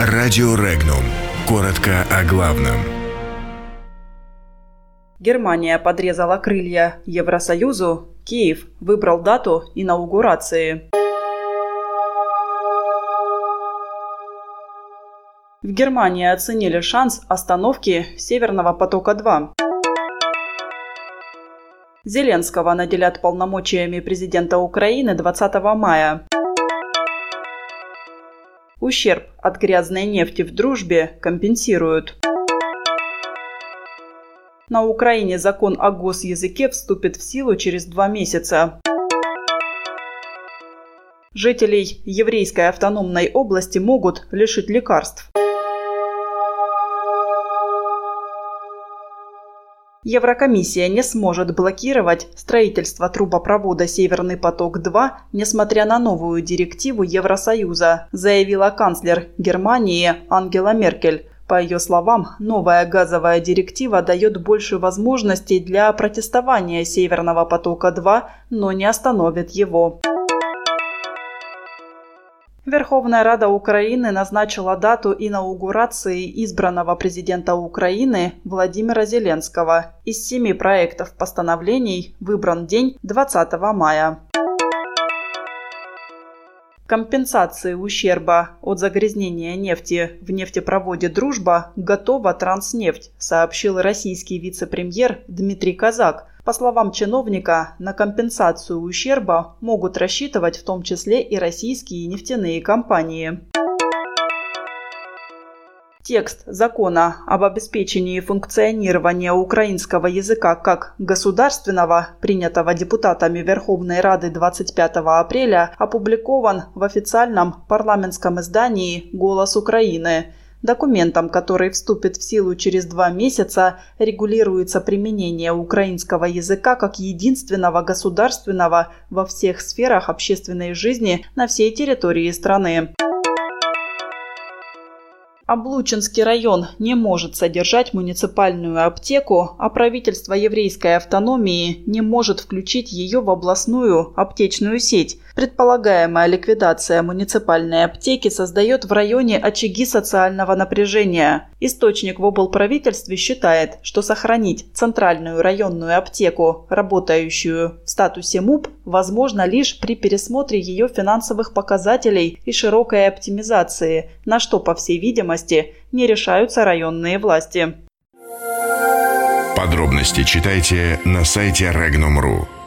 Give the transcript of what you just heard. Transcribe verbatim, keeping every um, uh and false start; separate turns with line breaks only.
Радио Регнум. Коротко о главном.
Германия подрезала крылья Евросоюзу. Киев выбрал дату инаугурации. В Германии оценили шанс остановки Северного потока-два. Зеленского наделят полномочиями президента Украины двадцатого мая. Ущерб от грязной нефти в дружбе компенсируют. На Украине закон о госязыке вступит в силу через два месяца. Жителей еврейской автономной области могут лишить лекарств. Еврокомиссия не сможет блокировать строительство трубопровода «Северный поток-два», несмотря на новую директиву Евросоюза, заявила канцлер Германии Ангела Меркель. По ее словам, новая газовая директива дает больше возможностей для протестования «Северного потока-два», но не остановит его. Верховная Рада Украины назначила дату инаугурации избранного президента Украины Владимира Зеленского. Из семи проектов постановлений выбран день двадцатого мая. Компенсации ущерба от загрязнения нефти в нефтепроводе «Дружба» готова Транснефть, сообщил российский вице-премьер Дмитрий Казак. По словам чиновника, на компенсацию ущерба могут рассчитывать в том числе и российские нефтяные компании. Текст закона об обеспечении функционирования украинского языка как государственного, принятого депутатами Верховной Рады двадцать пятого апреля, опубликован в официальном парламентском издании «Голос Украины». Документом, который вступит в силу через два месяца, регулируется применение украинского языка как единственного государственного во всех сферах общественной жизни на всей территории страны. Облучинский район не может содержать муниципальную аптеку, а правительство еврейской автономии не может включить ее в областную аптечную сеть. Предполагаемая ликвидация муниципальной аптеки создает в районе очаги социального напряжения. Источник в облправительстве считает, что сохранить центральную районную аптеку, работающую в статусе МУП, возможно лишь при пересмотре ее финансовых показателей и широкой оптимизации, на что, по всей видимости, не решаются районные власти.
Подробности читайте на сайте регнум точка ру.